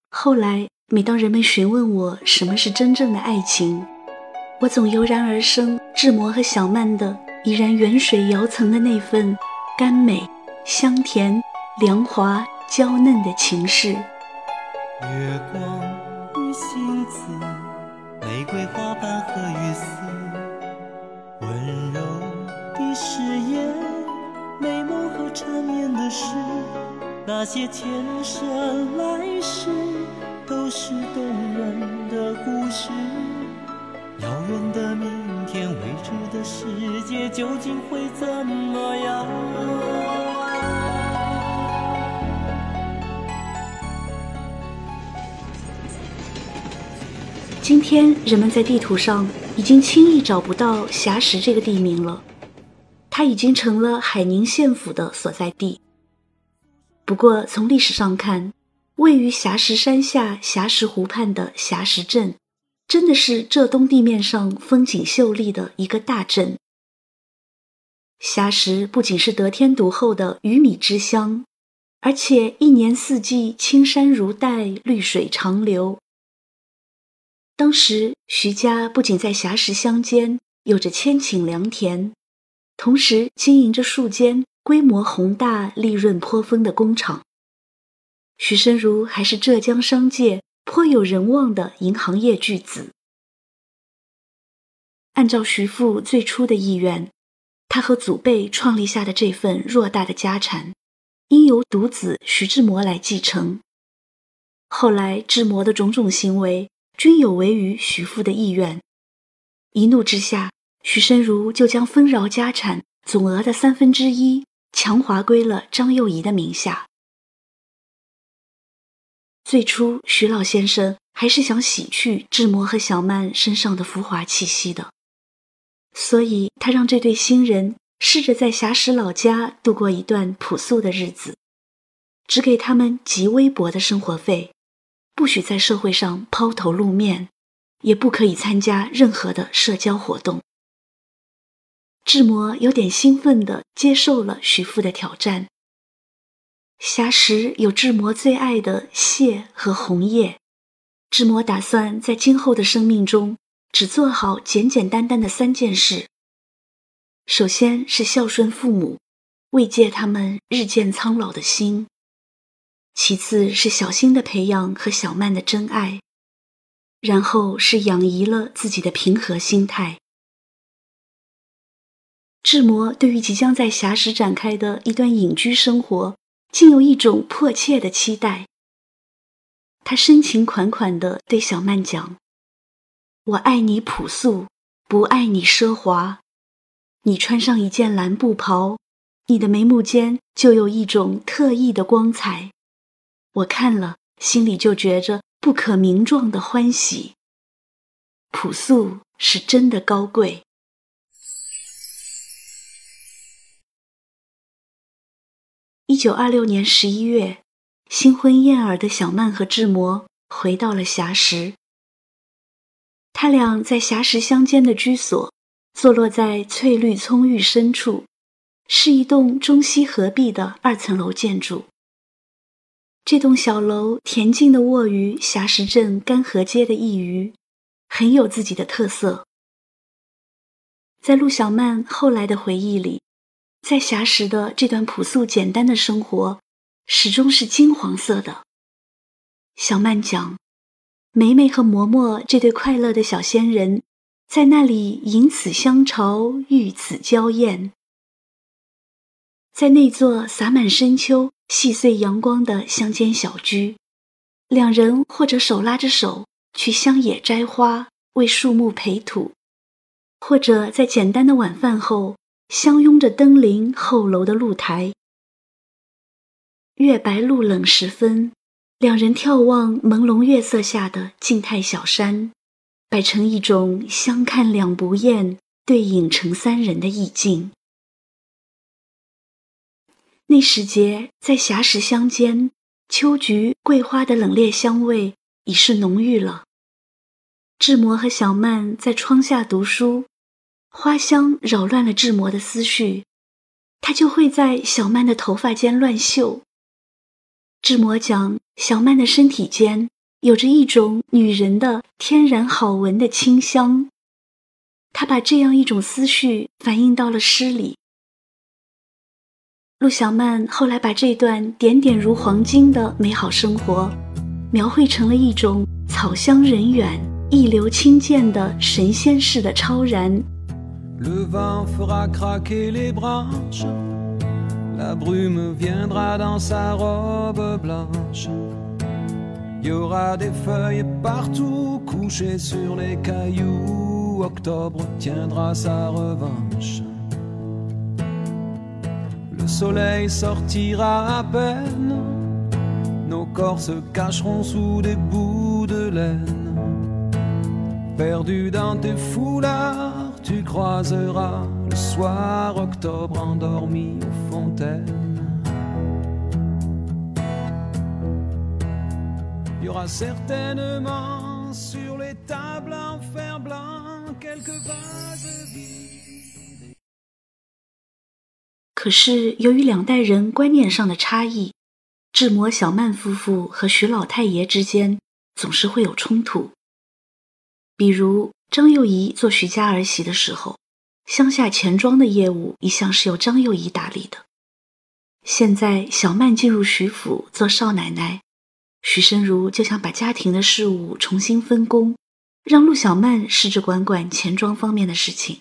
后来每当人们询问我什么是真正的爱情，我总油然而生志摩和小曼的已然远水遥曾的那份甘美、香甜、凉滑、娇嫩的情事。 月光与星子，玫瑰花瓣和雨丝，温柔的誓言，美梦和缠绵的诗，那些前生来世都是动人的故事。遥远的明天，未知的世界究竟会怎么样？ 今天人们在地图上已经轻易找不到硖石这个地名了，它已经成了海宁县府的所在地。不过从历史上看，位于硖石山下硖石湖畔的硖石镇真的是浙东地面上风景秀丽的一个大镇。硖石不仅是得天独厚的鱼米之乡，而且一年四季青山如带，绿水长流。当时徐家不仅在硖石乡间有着千顷良田，同时经营着数间规模宏大、利润颇丰的工厂。徐申如还是浙江商界颇有人望的银行业巨子。按照徐父最初的意愿，他和祖辈创立下的这份偌大的家产，应由独子徐志摩来继承。后来志摩的种种行为均有违于徐父的意愿，一怒之下，徐申如就将丰饶家产总额的1/3强划归了张幼仪的名下。最初徐老先生还是想洗去志摩和小曼身上的浮华气息的，所以他让这对新人试着在硖石老家度过一段朴素的日子，只给他们极微薄的生活费，不许在社会上抛头露面，也不可以参加任何的社交活动。志摩有点兴奋地接受了徐父的挑战。硖石有志摩最爱的蟹和红叶，志摩打算在今后的生命中只做好简简单单的3件事。首先是孝顺父母，慰藉他们日渐苍老的心；其次是小心地培养和小曼的真爱；然后是养怡了自己的平和心态。志摩对于即将在硖石展开的一段隐居生活，竟有一种迫切的期待。他深情款款地对小曼讲：我爱你朴素，不爱你奢华。你穿上一件蓝布袍，你的眉目间就有一种特异的光彩，我看了心里就觉着不可名状的欢喜。朴素是真的高贵。1926年11月，新婚燕尔的小曼和志摩回到了硖石。他俩在硖石乡间的居所坐落在翠绿葱郁深处，是一栋中西合璧的2层楼建筑。这栋小楼恬静地卧于硖石镇干河街的一隅，很有自己的特色。在陆小曼后来的回忆里，在硖石的这段朴素简单的生活始终是金黄色的。小曼讲，梅梅和嬷嬷这对快乐的小仙人在那里迎此相潮，遇此娇艳。在那座洒满深秋细碎阳光的乡间小居，两人或者手拉着手去乡野摘花，为树木培土，或者在简单的晚饭后相拥着登临后楼的露台。月白露冷时分，两人眺望朦胧月色下的静态小山，摆成一种相看两不厌，对影成3人的意境。那时节，在硖石乡间，秋菊、桂花的冷冽香味已是浓郁了。志摩和小曼在窗下读书，花香扰乱了志摩的思绪，他就会在小曼的头发间乱嗅。志摩讲，小曼的身体间有着一种女人的天然好闻的清香。他把这样一种思绪反映到了诗里。陆小曼后来把这段点点如黄金的美好生活描绘成了一种草香人远、一流清贱的神仙式的超然。 Le vent fera craquer les branches, la brume viendra dans sa robe blanche. Il y aura des feuilles partout couchées sur les cailloux. Octobre tiendra sa revanche. Le soleil sortira à peine, nos corps se cacheront sous des bouts de laine. Perdu dans tes foulards, tu croiseras le soir octobre endormi aux fontaines. Il y aura certainement sur les tables en fer blanc quelques vases vides. 可是由于两代人观念上的差异，志摩小曼夫妇和徐老太爷之间总是会有冲突。比如张幼仪做徐家儿媳的时候，乡下钱庄的业务一向是由张幼仪打理的。现在小曼进入徐府做少奶奶，徐申如就想把家庭的事务重新分工，让陆小曼试着管管钱庄方面的事情。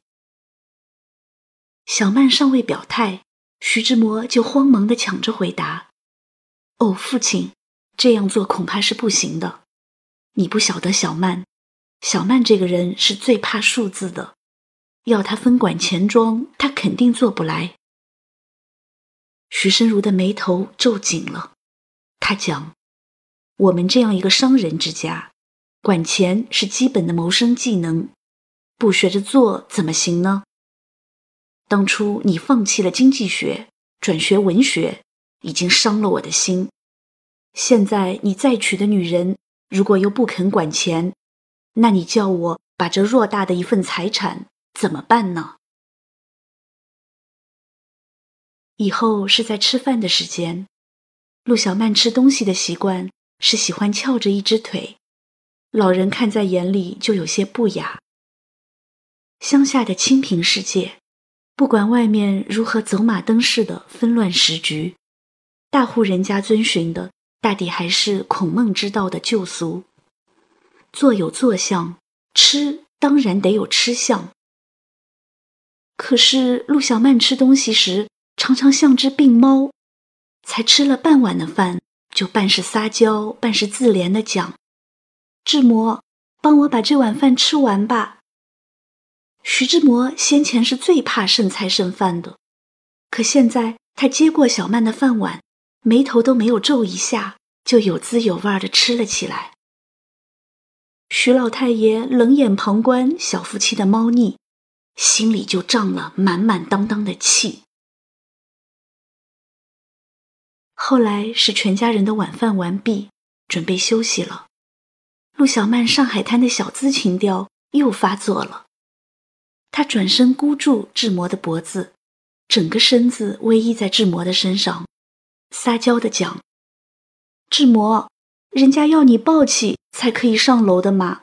小曼尚未表态，徐志摩就慌忙地抢着回答：哦，父亲，这样做恐怕是不行的。你不晓得小曼这个人是最怕数字的，要他分管钱庄，他肯定做不来。徐申如的眉头皱紧了，他讲：我们这样一个商人之家，管钱是基本的谋生技能，不学着做怎么行呢？当初你放弃了经济学，转学文学，已经伤了我的心。现在你再娶的女人，如果又不肯管钱，那你叫我把这偌大的一份财产怎么办呢？以后是在吃饭的时间，陆小曼吃东西的习惯是喜欢翘着一只腿，老人看在眼里就有些不雅。乡下的清贫世界，不管外面如何走马灯似的纷乱时局，大户人家遵循的大抵还是孔孟之道的旧俗。坐有坐相，吃当然得有吃相。可是陆小曼吃东西时常常像只病猫，才吃了半碗的饭，就半是撒娇半是自怜地讲：志摩，帮我把这碗饭吃完吧。徐志摩先前是最怕剩菜剩饭的，可现在他接过小曼的饭碗，眉头都没有皱一下，就有滋有味地吃了起来。徐老太爷冷眼旁观小夫妻的猫腻，心里就胀了满满当当的气。后来是全家人的晚饭完毕，准备休息了。陆小曼上海滩的小资情调又发作了，她转身箍住志摩的脖子，整个身子偎依在志摩的身上，撒娇地讲：志摩，人家要你抱起才可以上楼的嘛。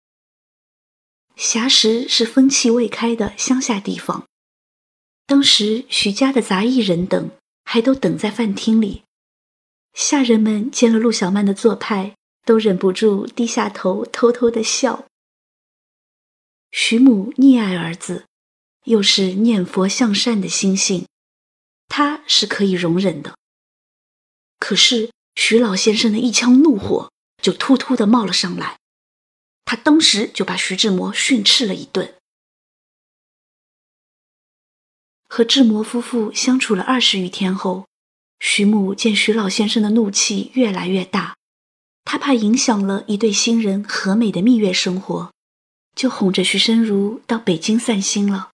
硖石是风气未开的乡下地方，当时徐家的杂役人等还都等在饭厅里，下人们见了陆小曼的做派，都忍不住低下头偷偷地笑。徐母溺爱儿子，又是念佛向善的心性，他是可以容忍的。可是徐老先生的一腔怒火就突突地冒了上来，他当时就把徐志摩训斥了一顿。和志摩夫妇相处了20余天后，徐母见徐老先生的怒气越来越大，他怕影响了一对新人和美的蜜月生活，就哄着徐申如到北京散心了。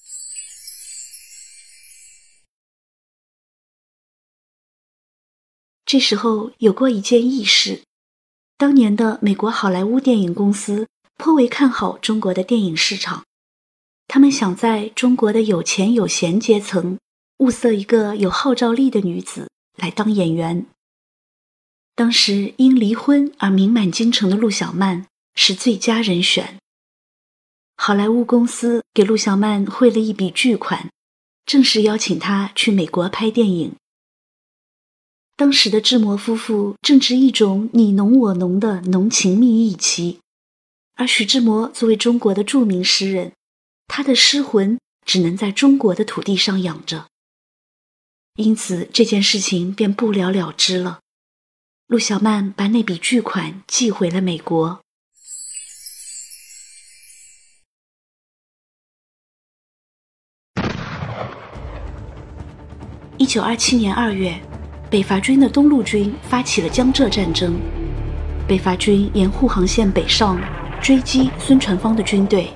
这时候有过一件轶事，当年的美国好莱坞电影公司颇为看好中国的电影市场，他们想在中国的有钱有闲阶层物色一个有号召力的女子来当演员。 当时因离婚而名满京城的陆小曼是最佳人选。好莱坞公司给陆小曼汇了一笔巨款，正式邀请她去美国拍电影。当时的志摩夫妇正值一种你侬我侬的浓情蜜意期，而徐志摩作为中国的著名诗人，他的诗魂只能在中国的土地上养着，因此这件事情便不了了之了。陆小曼把那笔巨款寄回了美国。1927年2月，北伐军的东路军发起了江浙战争，北伐军沿沪杭线北上，追击孙传芳的军队。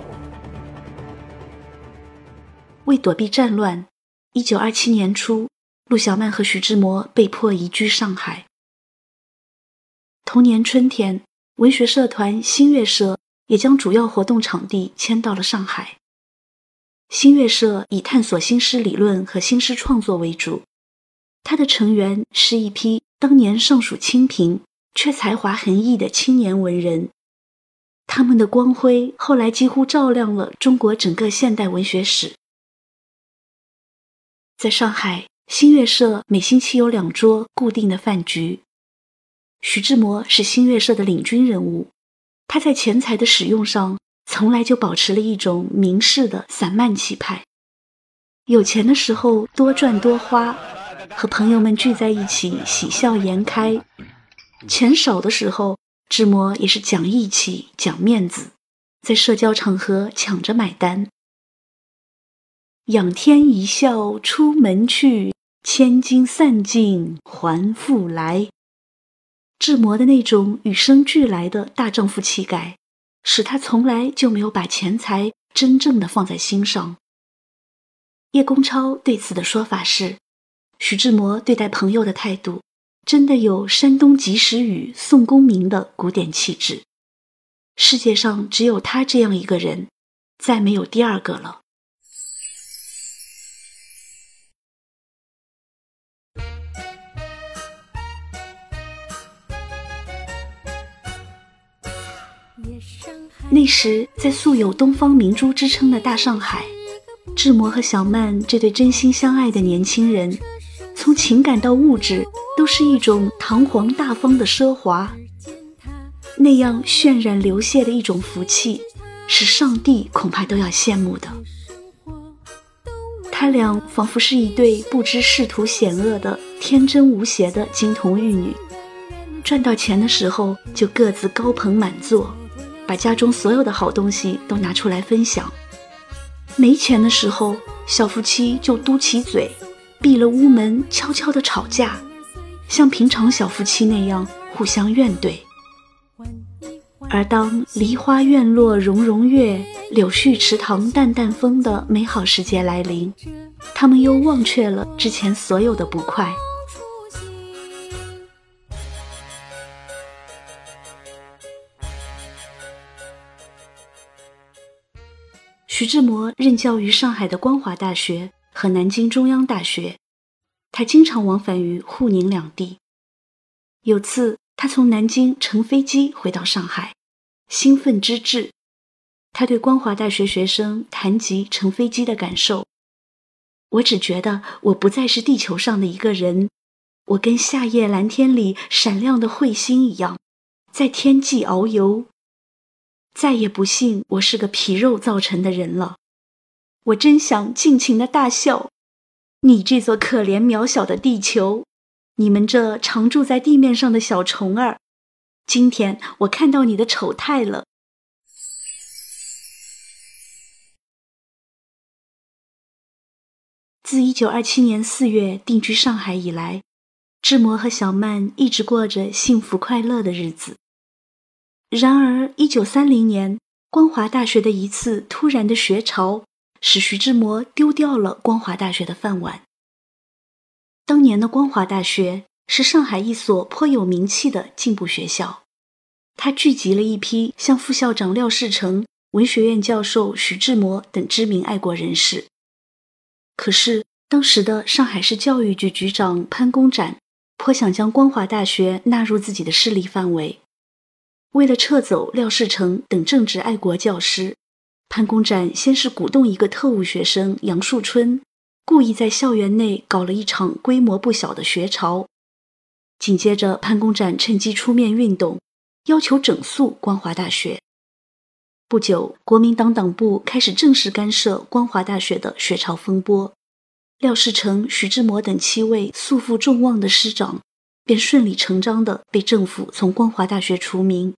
为躲避战乱，1927年初，陆小曼和徐志摩被迫移居上海。同年春天，文学社团新月社也将主要活动场地迁到了上海。新月社以探索新诗理论和新诗创作为主，它的成员是一批当年尚属清贫却才华横溢的青年文人，他们的光辉后来几乎照亮了中国整个现代文学史。在上海，新月社每星期有2桌固定的饭局。徐志摩是新月社的领军人物，他在钱财的使用上从来就保持了一种明士的散漫气派。有钱的时候多赚多花，和朋友们聚在一起喜笑颜开；钱少的时候，志摩也是讲义气讲面子，在社交场合抢着买单。仰天一笑出门去，千金散尽还复来。志摩的那种与生俱来的大丈夫气概，使他从来就没有把钱财真正的放在心上。叶公超对此的说法是，徐志摩对待朋友的态度真的有山东及时雨、宋公明的古典气质。世界上只有他这样一个人，再没有第二个了。那时在素有东方明珠之称的大上海，志摩和小曼这对真心相爱的年轻人，从情感到物质都是一种堂皇大方的奢华，那样渲染流泻的一种福气，是上帝恐怕都要羡慕的。他俩仿佛是一对不知仕途险恶的天真无邪的金童玉女，赚到钱的时候就各自高朋满座，把家中所有的好东西都拿出来分享。没钱的时候，小夫妻就嘟起嘴，闭了屋门，悄悄地吵架，像平常小夫妻那样互相怨怼。而当梨花院落融融月，柳絮池塘淡淡风的美好时节来临，他们又忘却了之前所有的不快。徐志摩任教于上海的光华大学和南京中央大学，他经常往返于沪宁两地。有次他从南京乘飞机回到上海，兴奋之至，他对光华大学学生谈及乘飞机的感受：我只觉得我不再是地球上的一个人，我跟夏夜蓝天里闪亮的彗星一样，在天际遨游，再也不信我是个皮肉造成的人了。我真想尽情地大笑，你这座可怜渺小的地球，你们这常住在地面上的小虫儿，今天我看到你的丑态了。自1927年4月定居上海以来，志摩和小曼一直过着幸福快乐的日子。然而1930年，光华大学的一次突然的学潮，使徐志摩丢掉了光华大学的饭碗。当年的光华大学是上海一所颇有名气的进步学校，它聚集了一批像副校长廖世成、文学院教授徐志摩等知名爱国人士。可是当时的上海市教育局局长潘公展颇想将光华大学纳入自己的势力范围。为了撤走廖世成等正直爱国教师，潘公展先是鼓动一个特务学生杨树春，故意在校园内搞了一场规模不小的学潮。紧接着，潘公展趁机出面运动，要求整肃光华大学。不久，国民党党部开始正式干涉光华大学的学潮风波，廖世成、徐志摩等7位素负众望的师长，便顺理成章地被政府从光华大学除名。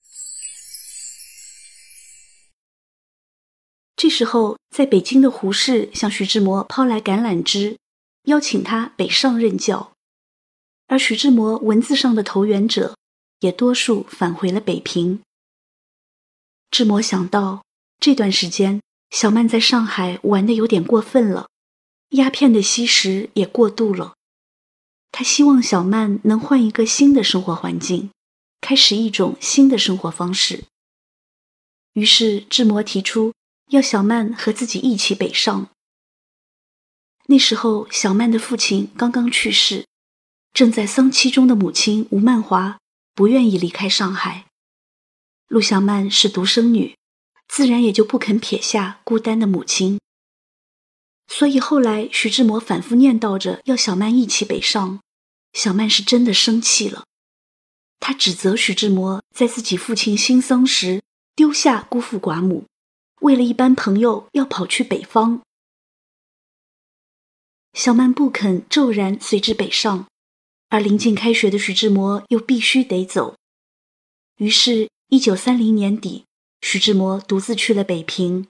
这时候，在北京的胡适向徐志摩抛来橄榄枝，邀请他北上任教，而徐志摩文字上的投缘者也多数返回了北平。志摩想到，这段时间小曼在上海玩得有点过分了，鸦片的吸食也过度了。他希望小曼能换一个新的生活环境，开始一种新的生活方式。于是志摩提出要小曼和自己一起北上。那时候小曼的父亲刚刚去世，正在丧期中的母亲吴曼华不愿意离开上海。陆小曼是独生女，自然也就不肯撇下孤单的母亲。所以后来徐志摩反复念叨着要小曼一起北上，小曼是真的生气了。他指责徐志摩在自己父亲新丧时丢下孤父寡母，为了一班朋友要跑去北方。小曼不肯骤然随之北上，而临近开学的徐志摩又必须得走。于是1930年底，徐志摩独自去了北平。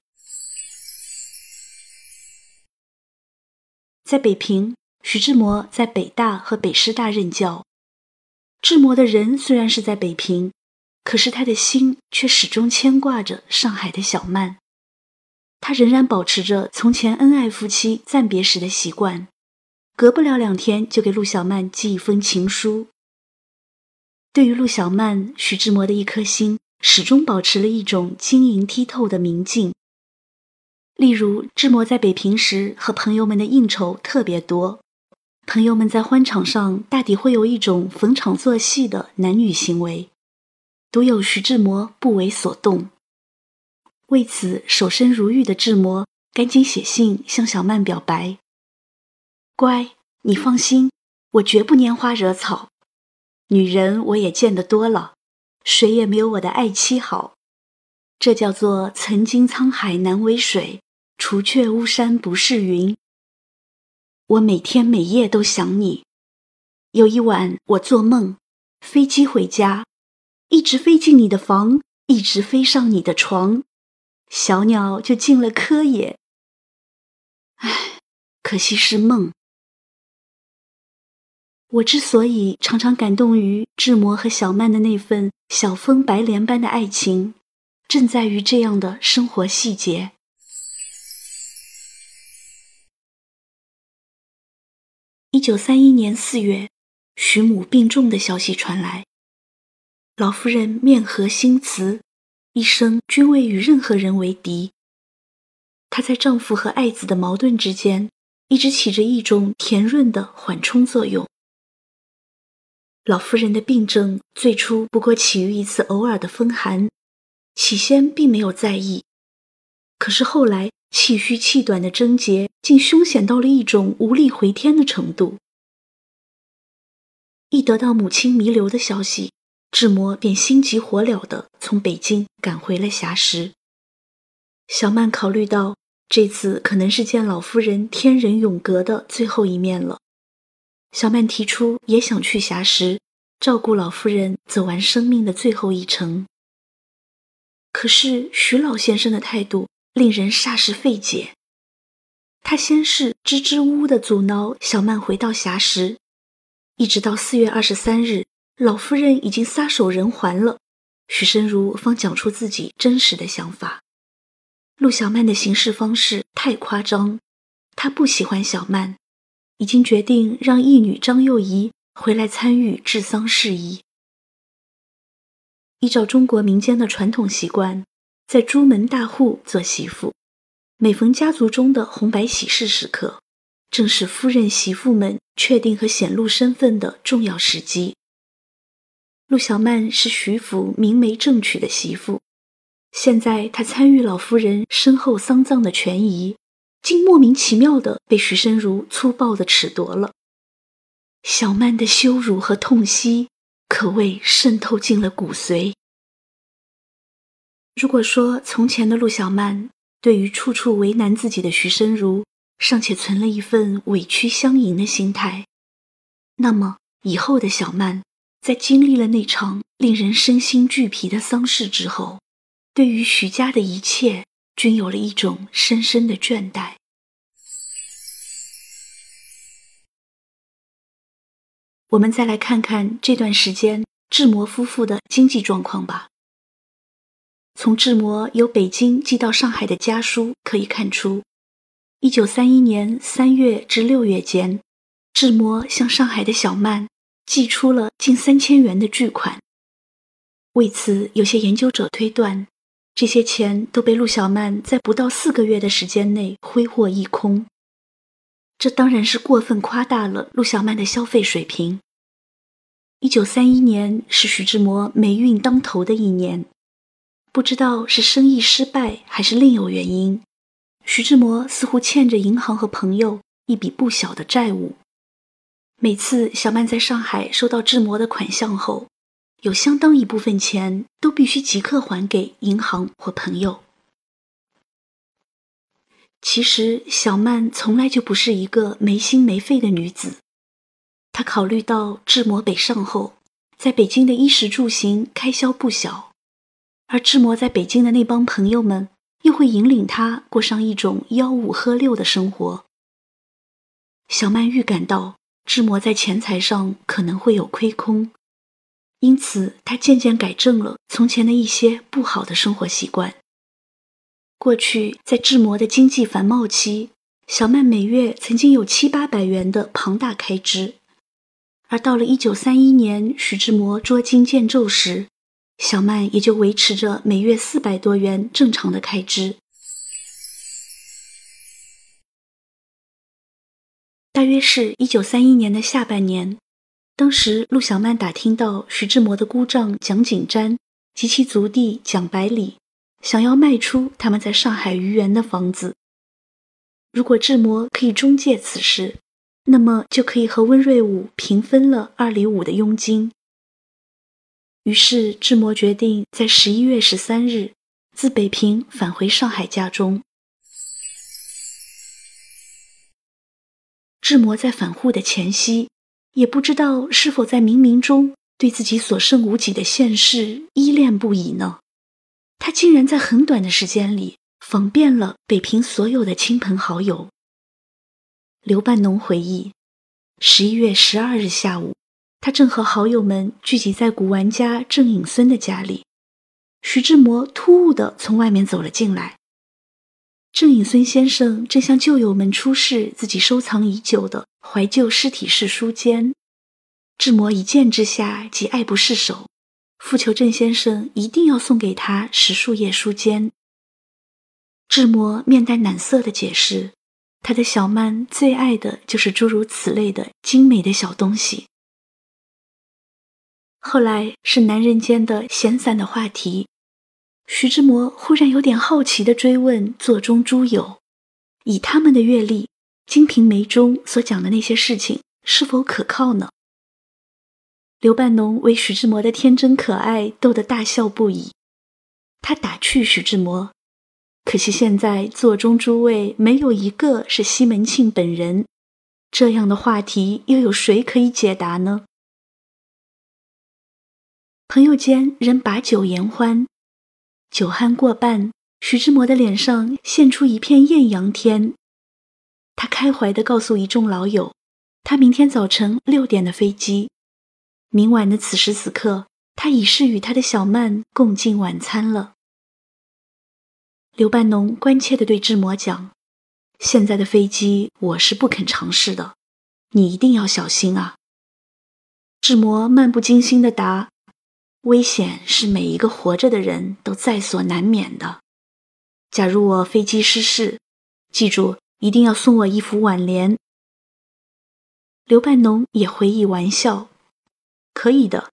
在北平，徐志摩在北大和北师大任教。志摩的人虽然是在北平，可是他的心却始终牵挂着上海的小曼。他仍然保持着从前恩爱夫妻暂别时的习惯，隔不了2天就给陆小曼寄一封情书。对于陆小曼，徐志摩的一颗心始终保持了一种晶莹剔透的明净。例如，志摩在北平时和朋友们的应酬特别多，朋友们在欢场上大抵会有一种逢场作戏的男女行为，独有徐志摩不为所动。为此，守身如玉的志摩赶紧写信向小曼表白：乖，你放心，我绝不拈花惹草。女人我也见得多了，谁也没有我的爱妻好。这叫做曾经沧海难为水，除却巫山不是云。我每天每夜都想你。有一晚我做梦，飞机回家，一直飞进你的房，一直飞上你的床，小鸟就进了窠野。唉，可惜是梦。我之所以常常感动于志摩和小曼的那份小风白莲般的爱情，正在于这样的生活细节。1931年4月，徐母病重的消息传来。老夫人面和心慈，一生均未与任何人为敌。她在丈夫和爱子的矛盾之间，一直起着一种甜润的缓冲作用。老夫人的病症最初不过起于一次偶尔的风寒，起先并没有在意，可是后来气虚气短的症结竟凶险到了一种无力回天的程度。一得到母亲弥留的消息，志摩便心急火燎地从北京赶回了硖石。小曼考虑到这次可能是见老夫人天人永隔的最后一面了，小曼提出也想去硖石照顾老夫人走完生命的最后一程。可是徐老先生的态度令人霎时费解。他先是支支吾吾地阻挠小曼回到硖石，一直到4月23日，老夫人已经撒手人寰了，许申如方讲出自己真实的想法。陆小曼的行事方式太夸张，他不喜欢小曼，已经决定让义女张幼仪回来参与治丧事宜。依照中国民间的传统习惯，在朱门大户做媳妇，每逢家族中的红白喜事时刻， 正是夫人媳妇们确定和显露身份的重要时机。陆小曼是徐府明媒正娶的媳妇，现在她参与老夫人身后丧葬的权宜，竟莫名其妙地被徐申如粗暴地褫夺了。小曼的羞辱和痛惜可谓渗透进了骨髓。如果说从前的陆小曼对于处处为难自己的徐申如尚且存了一份委屈相迎的心态，那么以后的小曼在经历了那场令人身心俱疲的丧事之后，对于徐家的一切均有了一种深深的倦怠。我们再来看看这段时间志摩夫妇的经济状况吧。从志摩由北京寄到上海的家书可以看出，1931年3月至6月间，志摩向上海的小曼寄出了近3000元的巨款。为此，有些研究者推断，这些钱都被陆小曼在不到4个月的时间内挥霍一空。这当然是过分夸大了陆小曼的消费水平。1931年是徐志摩霉运当头的一年，不知道是生意失败还是另有原因，徐志摩似乎欠着银行和朋友一笔不小的债务。每次小曼在上海收到志摩的款项后，有相当一部分钱都必须即刻还给银行或朋友。其实小曼从来就不是一个没心没肺的女子，她考虑到志摩北上后，在北京的衣食住行开销不小，而志摩在北京的那帮朋友们又会引领她过上一种吆五喝六的生活。小曼预感到志摩在钱财上可能会有亏空，因此她渐渐改正了从前的一些不好的生活习惯。过去在志摩的经济繁茂期，小曼每月曾经有700-800元的庞大开支，而到了1931年徐志摩捉襟见肘时，小曼也就维持着每月400多元正常的开支。大约是1931年的下半年，当时陆小曼打听到徐志摩的姑丈蒋景瞻及其族弟蒋百里想要卖出他们在上海愚园的房子。如果志摩可以中介此事，那么就可以和温瑞武平分了2.5里的佣金。于是志摩决定在11月13日自北平返回上海家中。志摩在返沪的前夕，也不知道是否在冥冥中对自己所剩无几的现世依恋不已呢？他竟然在很短的时间里访遍了北平所有的亲朋好友。刘半农回忆，11月12日下午，他正和好友们聚集在古玩家郑隐孙的家里，徐志摩突兀地从外面走了进来。郑隐孙先生正向旧友们出示自己收藏已久的怀旧尸体式书笺，志摩一见之下即爱不释手，复求郑先生一定要送给他10数页书笺。志摩面带难色地解释，他的小曼最爱的就是诸如此类的精美的小东西。后来是男人间的闲散的话题，徐志摩忽然有点好奇地追问座中诸友，以他们的阅历，《金瓶梅》中所讲的那些事情是否可靠呢？刘半农为徐志摩的天真可爱逗得大笑不已，他打趣徐志摩，可惜现在座中诸位没有一个是西门庆本人，这样的话题又有谁可以解答呢？朋友间仍把酒言欢，酒酣过半，徐志摩的脸上现出一片艳阳天。他开怀地告诉一众老友，他明天早晨6点的飞机。明晚的此时此刻，他已是与他的小曼共进晚餐了。刘半农关切地对志摩讲，现在的飞机我是不肯尝试的，你一定要小心啊。志摩漫不经心地答，危险是每一个活着的人都在所难免的。假如我飞机失事，记住一定要送我一副挽联， 刘半农也回以玩笑：“可以的。”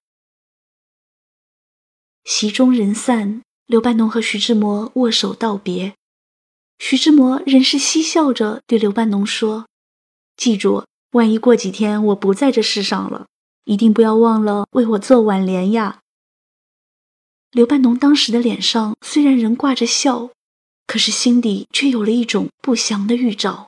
席中人散，刘半农和徐志摩握手道别。徐志摩仍是嬉笑着对刘半农说：“记住，万一过几天我不在这世上了，一定不要忘了为我做挽联呀。”刘半农当时的脸上虽然仍挂着笑，可是心底却有了一种不祥的预兆。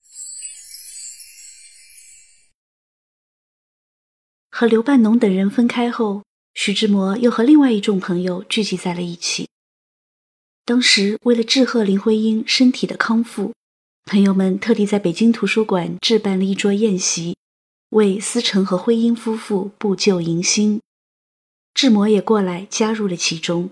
和刘半农等人分开后，徐志摩又和另外一众朋友聚集在了一起。当时为了祝贺林徽因身体的康复，朋友们特地在北京图书馆置办了一桌宴席，为思成和徽因夫妇布旧迎新。志摩也过来加入了其中。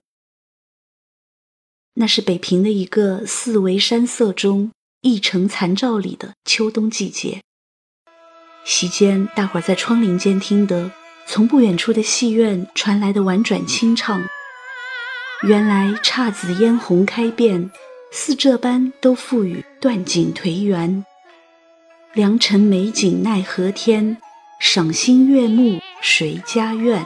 那是北平的一个四围山色中，一城残照里的秋冬季节。席间，大伙儿在窗棂间听得从不远处的戏院传来的婉转清唱。原来姹紫嫣红开遍，似这般都付与断井颓垣。良辰美景奈何天，赏心悦目谁家院。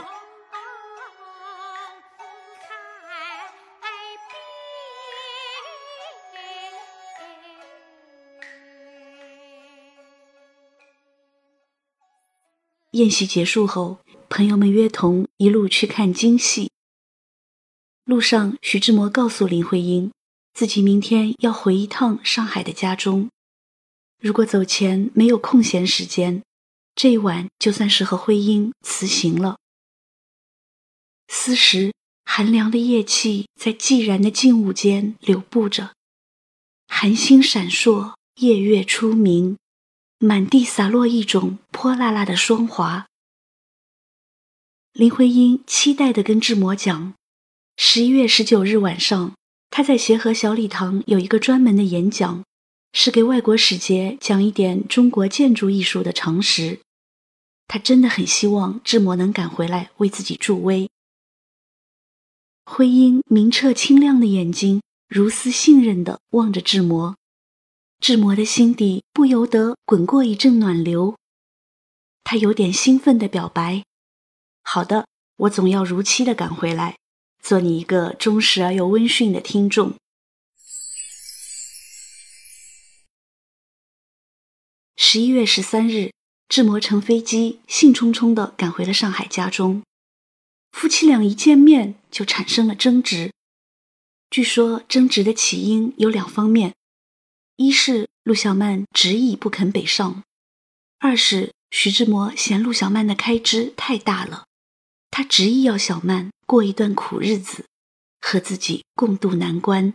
宴席结束后，朋友们约同一路去看京戏。路上，徐志摩告诉林徽因，自己明天要回一趟上海的家中，如果走前没有空闲时间，这一晚就算是和徽因辞行了。此时，寒凉的夜气在寂然的静物间流布着，寒星闪烁，夜月初明，满地洒落一种泼辣辣的霜华。林徽因期待地跟志摩讲，11月19日晚上，他在协和小礼堂有一个专门的演讲，是给外国使节讲一点中国建筑艺术的常识。他真的很希望志摩能赶回来为自己助威。徽因明澈清亮的眼睛如丝信任地望着志摩，志摩的心底不由得滚过一阵暖流。他有点兴奋地表白：“好的，我总要如期地赶回来，做你一个忠实而又温驯的听众。”11月13日，志摩乘飞机兴冲冲地赶回了上海家中。夫妻俩一见面就产生了争执。据说争执的起因有2方面，一是陆小曼执意不肯北上，二是徐志摩嫌陆小曼的开支太大了，他执意要小曼过一段苦日子，和自己共度难关。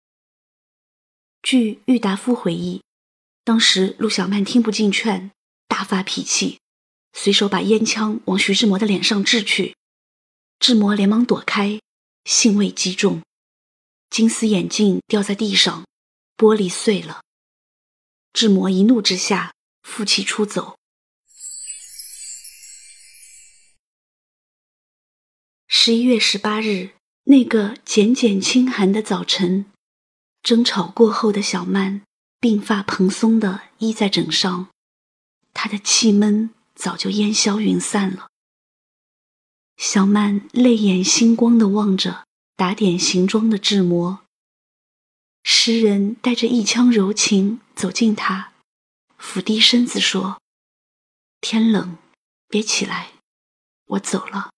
据郁达夫回忆，当时陆小曼听不进劝，大发脾气，随手把烟枪往徐志摩的脸上掷去。志摩连忙躲开，幸未击中，金丝眼镜掉在地上，玻璃碎了。志摩一怒之下负气出走。11月18日，那个简简清寒的早晨，争吵过后的小曼鬓发蓬松地依在枕上，她的气闷早就烟消云散了。小曼泪眼星光地望着打点行装的志摩，诗人带着一腔柔情走近她，俯低身子说：“天冷，别起来，我走了。”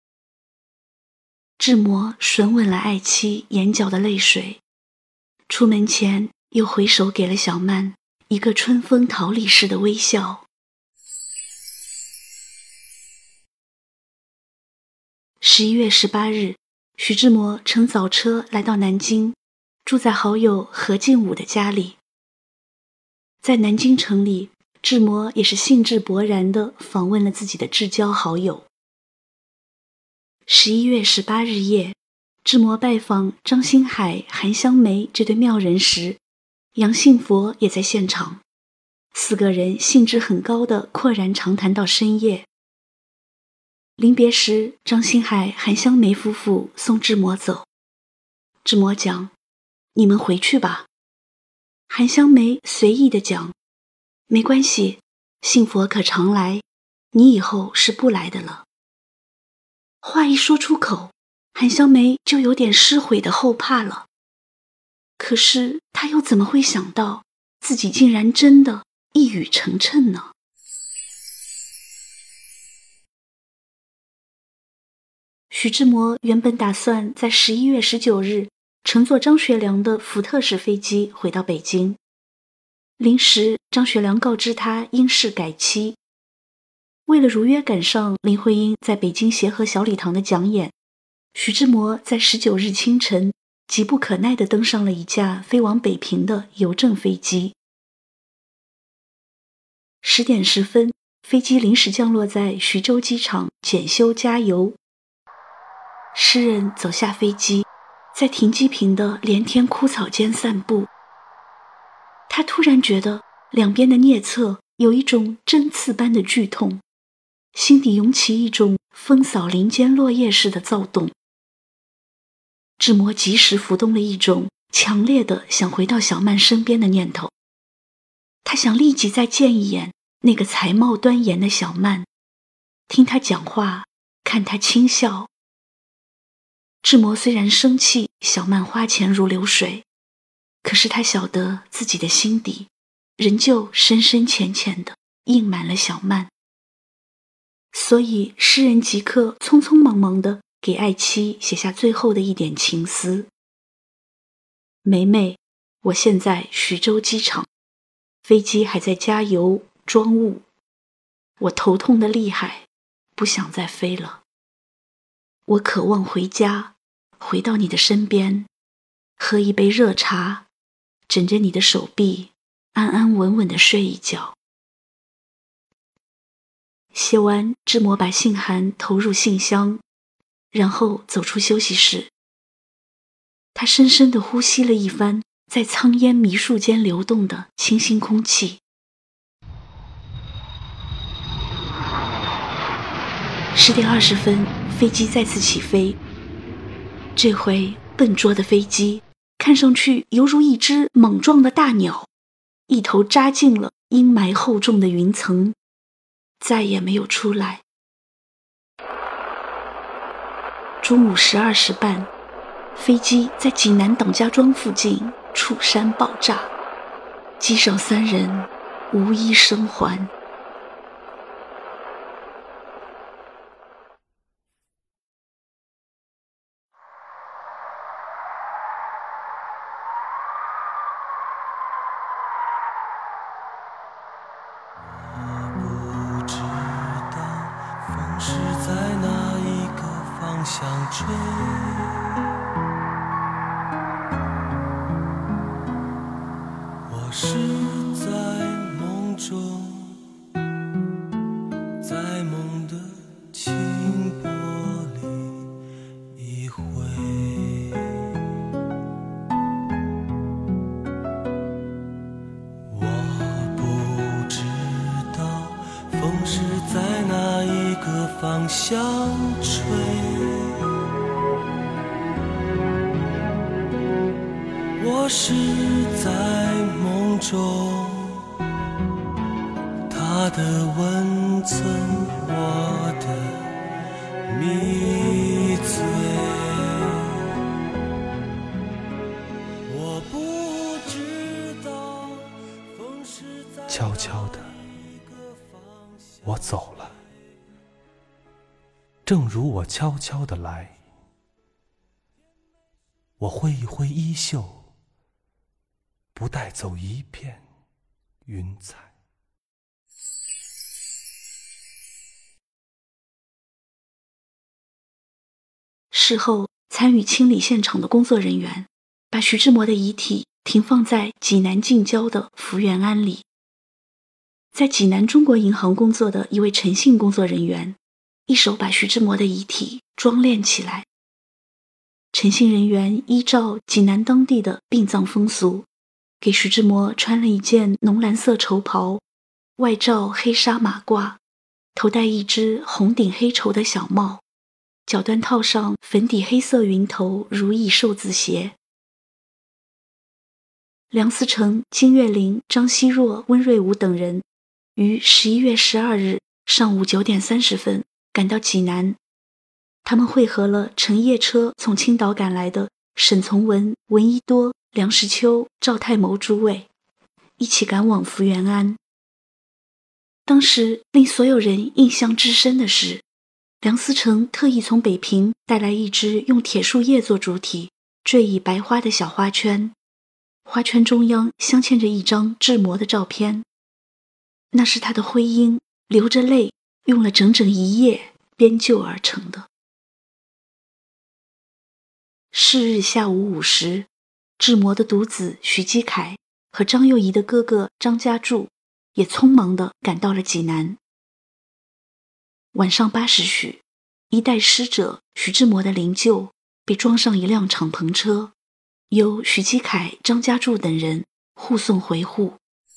志摩吮吻了爱妻眼角的泪水，出门前又回首给了小曼一个春风桃李似的微笑。11月18日，徐志摩乘早车来到南京，住在好友何敬武的家里。在南京城里，志摩也是兴致勃然地访问了自己的至交好友。11月18日夜，志摩拜访张星海、韩香梅这对妙人时，杨信佛也在现场，4个人兴致很高地阔然长谈到深夜。临别时，张星海、韩香梅夫妇送志摩走。志摩讲：“你们回去吧。”韩香梅随意地讲：“没关系， 信佛可常来，你以后是不来的了。”话一说出口，韩香梅就有点失悔的后怕了。可是她又怎么会想到自己竟然真的一语成谶呢？徐志摩原本打算在11月19日乘坐张学良的福特式飞机回到北京。临时张学良告知他因事改期。为了如约赶上林徽因在北京协和小礼堂的讲演，徐志摩在19日清晨急不可耐地登上了一架飞往北平的邮政飞机。10点10分，飞机临时降落在徐州机场检修加油。诗人走下飞机，在停机坪的连天枯草间散步。他突然觉得两边的颞侧有一种针刺般的剧痛，心底涌起一种风扫林间落叶似的躁动。志摩及时浮动了一种强烈的想回到小曼身边的念头。他想立即再见一眼那个才貌端严的小曼，听她讲话，看她轻笑。志摩虽然生气小曼花钱如流水，可是他晓得自己的心底仍旧深深浅浅地印满了小曼。所以诗人即刻匆匆忙忙地给爱妻写下最后的一点情思：梅梅，我现在徐州机场，飞机还在加油装雾，我头痛得厉害，不想再飞了。我渴望回家，回到你的身边，喝一杯热茶，枕着你的手臂，安安稳稳地睡一觉。写完，志摩把信函投入信箱，然后走出休息室。他深深地呼吸了一番在苍烟迷树间流动的清新空气。10点20分，飞机再次起飞。这回笨拙的飞机看上去犹如一只莽撞的大鸟，一头扎进了阴霾厚重的云层，再也没有出来。中午12时半，飞机在济南党家庄附近触山爆炸，机上3人无一生还。 是在哪一个方向吹？我是在梦中，在梦的轻波里一回。我不知道风是在哪一个方向吹，我是在梦中，他的温存，我的迷醉。我不知道风是在悄悄的，我走了。正如我悄悄地来，我挥一挥衣袖，不带走一片云彩。 事后，参与清理现场的工作人员把徐志摩的遗体停放在济南近郊的福源庵里。在济南中国银行工作的一位陈姓工作人员一手把徐志摩的遗体装殓起来。陈姓人员依照济南当地的殡葬风俗，给徐志摩穿了一件浓蓝色绸袍，外罩黑纱马褂，头戴一只红顶黑绸的小帽，脚端套上粉底黑色云头如意寿字鞋。梁思成、金岳霖、张奚若、温瑞武等人于11月12日上午9点30分赶到济南。他们会合了乘夜车从青岛赶来的沈从文、闻一多、梁实秋、赵太谋诸位，一起赶往福原安。当时令所有人印象至深的是，梁思成特意从北平带来一只用铁树叶做主体、缀以白花的小花圈，花圈中央镶嵌着一张志摩的照片，那是他的徽因流着泪用了整整1夜编就而成的。是日下午5时，志摩的独子徐基凯和张幼仪的哥哥张家柱也匆忙地赶到了济南。晚上8时许，一代师者徐志摩的灵柩被装上一辆敞篷车，由徐基凯、张家柱等人护送回沪。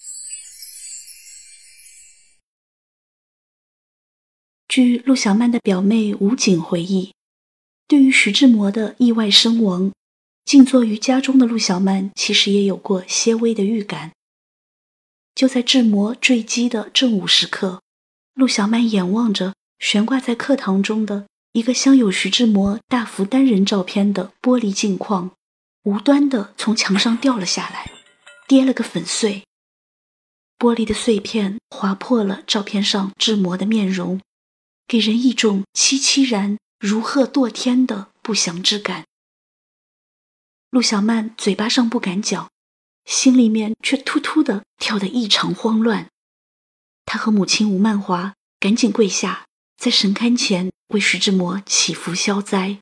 据陆小曼的表妹吴瑾回忆，对于徐志摩的意外身亡，静坐于家中的陆小曼其实也有过些微的预感。就在志摩坠机的正午时刻，陆小曼眼望着悬挂在课堂中的一个镶有徐志摩大幅单人照片的玻璃镜框，无端地从墙上掉了下来，跌了个粉碎。玻璃的碎片划破了照片上志摩的面容，给人一种凄凄然如鹤堕天的不祥之感。陆小曼嘴巴上不敢讲，心里面却突突地跳得异常慌乱。她和母亲吴曼华赶紧跪下，在神龛前为徐志摩祈福消灾。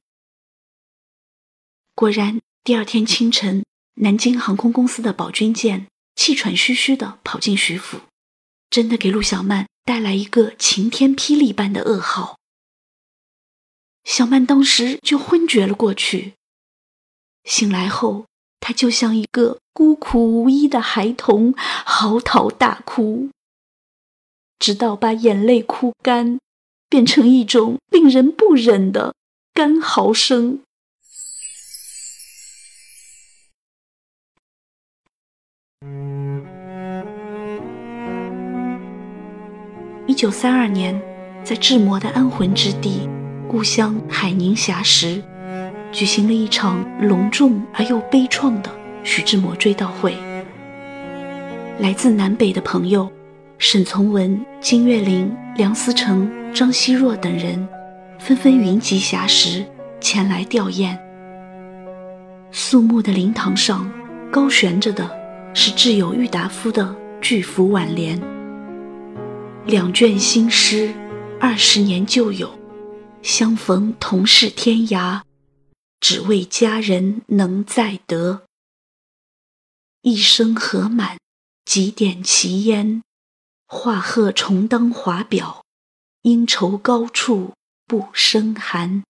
果然，第二天清晨，南京航空公司的宝军舰气喘吁吁地跑进徐府，真的给陆小曼带来一个晴天霹雳般的噩耗。小曼当时就昏厥了过去。醒来后，她就像一个孤苦无依的孩童，嚎啕大哭，直到把眼泪哭干，变成一种令人不忍的干嚎声。1932年，在志摩的安魂之地故乡海宁硖石，举行了一场隆重而又悲怆的徐志摩追悼会。来自南北的朋友沈从文、金岳霖、梁思成、张奚若等人纷纷云集硖石前来吊唁。肃穆的灵堂上高悬着的是挚友郁达夫的巨幅挽联：2卷新诗，20年旧友，相逢同是天涯，只为佳人能再得。一生何满，几点奇烟，画鹤重当华表，应愁高处不胜寒。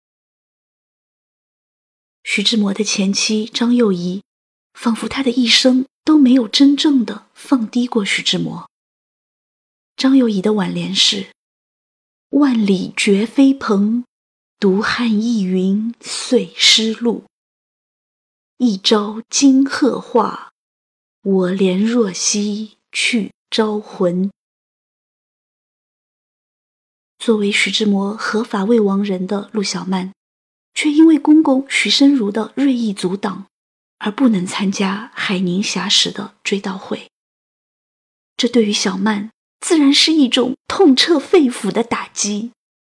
徐志摩的前妻张幼仪，仿佛她的一生都没有真正的放低过徐志摩。张幼仪的挽联是：万里绝飞鹏，独汉一云碎诗路。一朝惊鹤化，我怜若兮去招魂。作为徐志摩合法未亡人的陆小曼，却因为公公徐申如的锐意阻挡，而不能参加海宁硖石的追悼会。这对于小曼自然是一种痛彻肺腑的打击。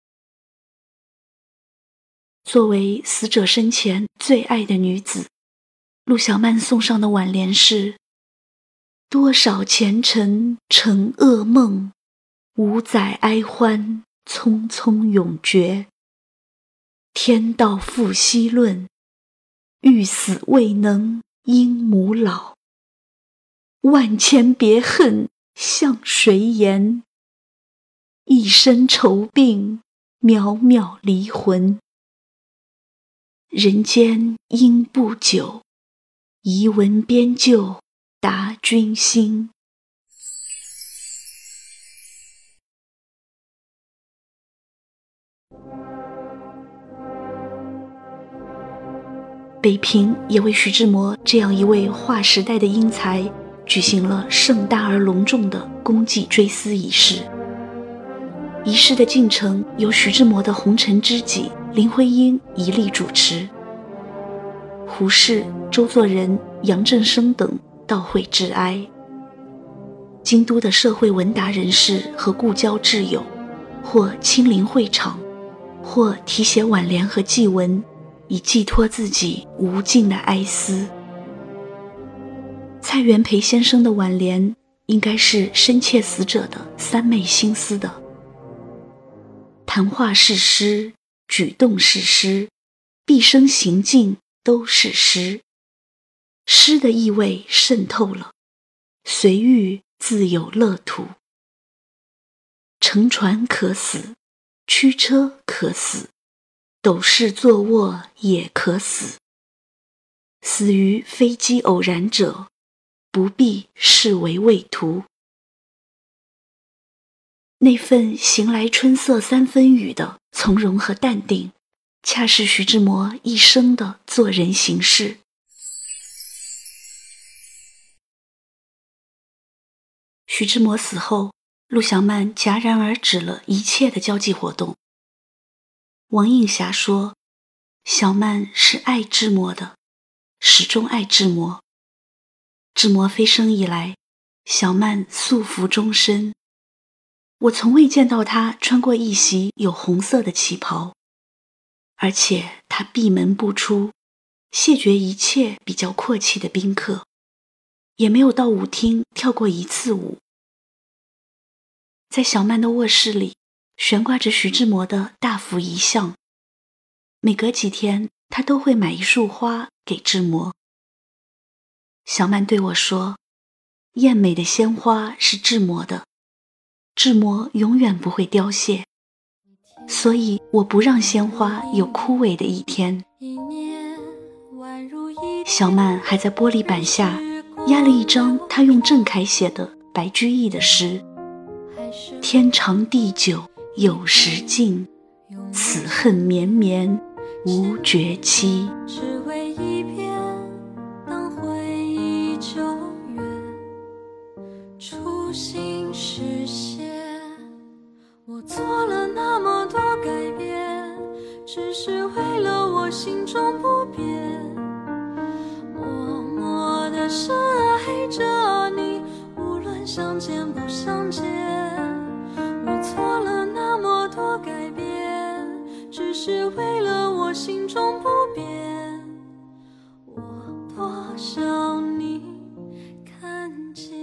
作为死者生前最爱的女子，陆小曼送上的挽联是：多少前尘成噩梦，五载哀欢匆匆永绝。天道复息论，欲死未能因母老。万千别恨向谁言？一生愁病渺渺离魂。人间应不久，遗文编就达君心。北平也为徐志摩这样一位划时代的英才举行了盛大而隆重的公祭追思仪式。仪式的进程由徐志摩的红尘知己林徽因一力主持，胡适、周作人、杨振声等到会致哀。京都的社会文达人士和故交挚友，或亲临会场，或题写挽联和祭文，以寄托自己无尽的哀思。蔡元培先生的挽联应该是深切死者的三昧心思的：谈话是诗，举动是诗，毕生行径都是诗。诗的意味渗透了，随遇自有乐土。乘船可死，驱车可死，斗室坐卧也可死。死于飞机偶然者，不必视为畏途。那份行来春色三分雨的从容和淡定，恰是徐志摩一生的做人行事。徐志摩死后，陆小曼戛然而止了一切的交际活动。王映霞说，小曼是爱志摩的，始终爱志摩。志摩飞升以来，小曼素服终身。我从未见到她穿过一袭有红色的旗袍，而且她闭门不出，谢绝一切比较阔气的宾客，也没有到舞厅跳过一次舞。在小曼的卧室里，悬挂着徐志摩的大幅遗像，每隔几天她都会买一束花给志摩。小曼对我说，艳美的鲜花是志摩的，志摩永远不会凋谢，所以我不让鲜花有枯萎的一天。小曼还在玻璃板下压了一张她用正楷写的白居易的诗：天长地久有时尽，此恨绵绵无绝期。 只为一遍当回忆久远，初心实现。我做了那么多改变，只是为了我心中不变，默默地深爱着你，无论相见不相见。我做了那么多改变，只是为了我心中不变，我多想你看见。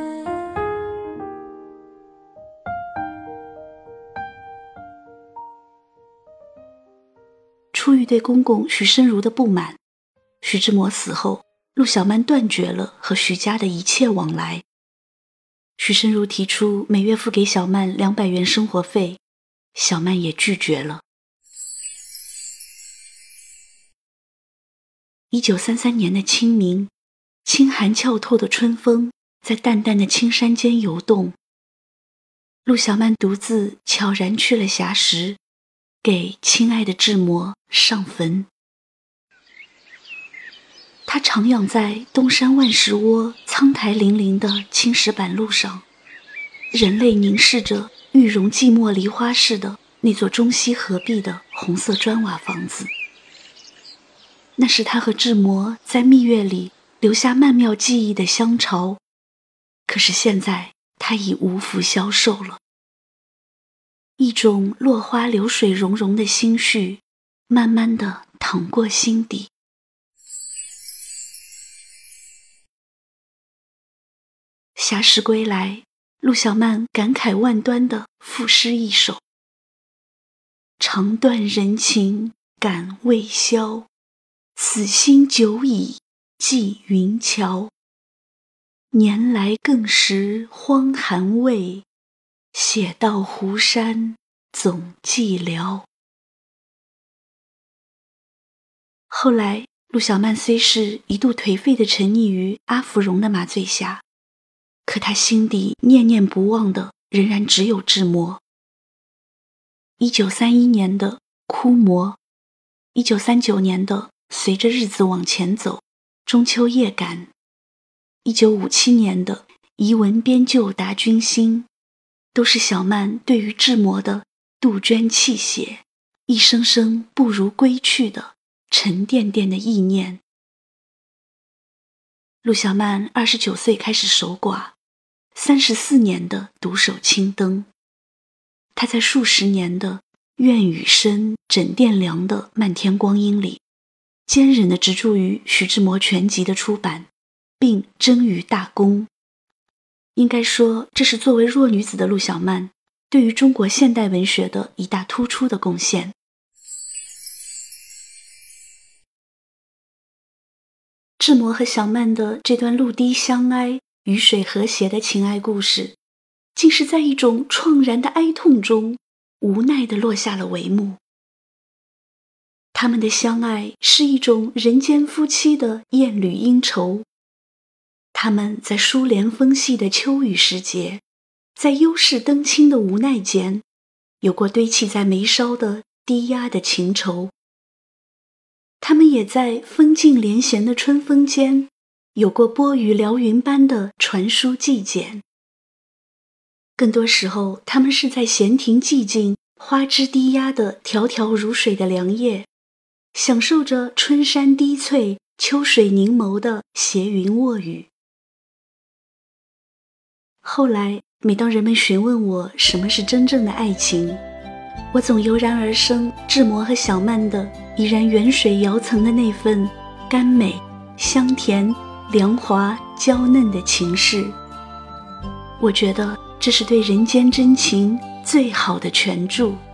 出于对公公徐申如的不满，徐志摩死后，陆小曼断绝了和徐家的一切往来。徐申如提出每月付给小曼200元生活费，小曼也拒绝了。1933年的清明，清寒翘透的春风在淡淡的青山间游动。陆小曼独自悄然去了硖石，给亲爱的志摩上坟。他徜徉在东山万事窝苍苔林林的青石板路上，人类凝视着玉容寂寞梨花似的那座中西合璧的红色砖瓦房子。那是他和志摩在蜜月里留下曼妙记忆的乡巢，可是现在他已无福消受了。一种落花流水融融的心绪慢慢地淌过心底。硖石归来，陆小曼感慨万端地赋诗一首：长断人情感未消，此心久已寄云桥。年来更识荒寒味，写到湖山总寂寥。后来陆小曼虽是一度颓废地沉溺于阿芙蓉的麻醉下，可他心底念念不忘的仍然只有志摩。1931年的《枯魔》，1939年的《随着日子往前走》，中秋夜感， 1957年的遗文编就达君心，都是小曼对于志摩的杜鹃泣血，一声声不如归去的沉甸甸的意念。陆小曼29岁开始守寡，34年的独守青灯。她在数十年的愿雨深枕殿凉的漫天光阴里，坚韧地执着于徐志摩全集的出版，并臻于大功。应该说，这是作为弱女子的陆小曼对于中国现代文学的一大突出的贡献。志摩和小曼的这段露滴相哀、雨水和谐的情爱故事，竟是在一种怆然的哀痛中无奈地落下了帷幕。他们的相爱是一种人间夫妻的艳侣因愁，他们在疏帘风细的秋雨时节，在幽室灯清的无奈间，有过堆砌在眉梢的低压的情愁。他们也在风静连弦的春风间，有过波语撩云般的传书寄简。更多时候，他们是在闲庭寂静、花枝低压的迢迢如水的凉夜，享受着春山低翠、秋水凝眸的斜云卧雨。后来，每当人们询问我什么是真正的爱情，我总油然而生志摩和小曼的依然远水遥层的那份甘美、香甜、凉滑、娇嫩的情事。我觉得这是对人间真情最好的全注。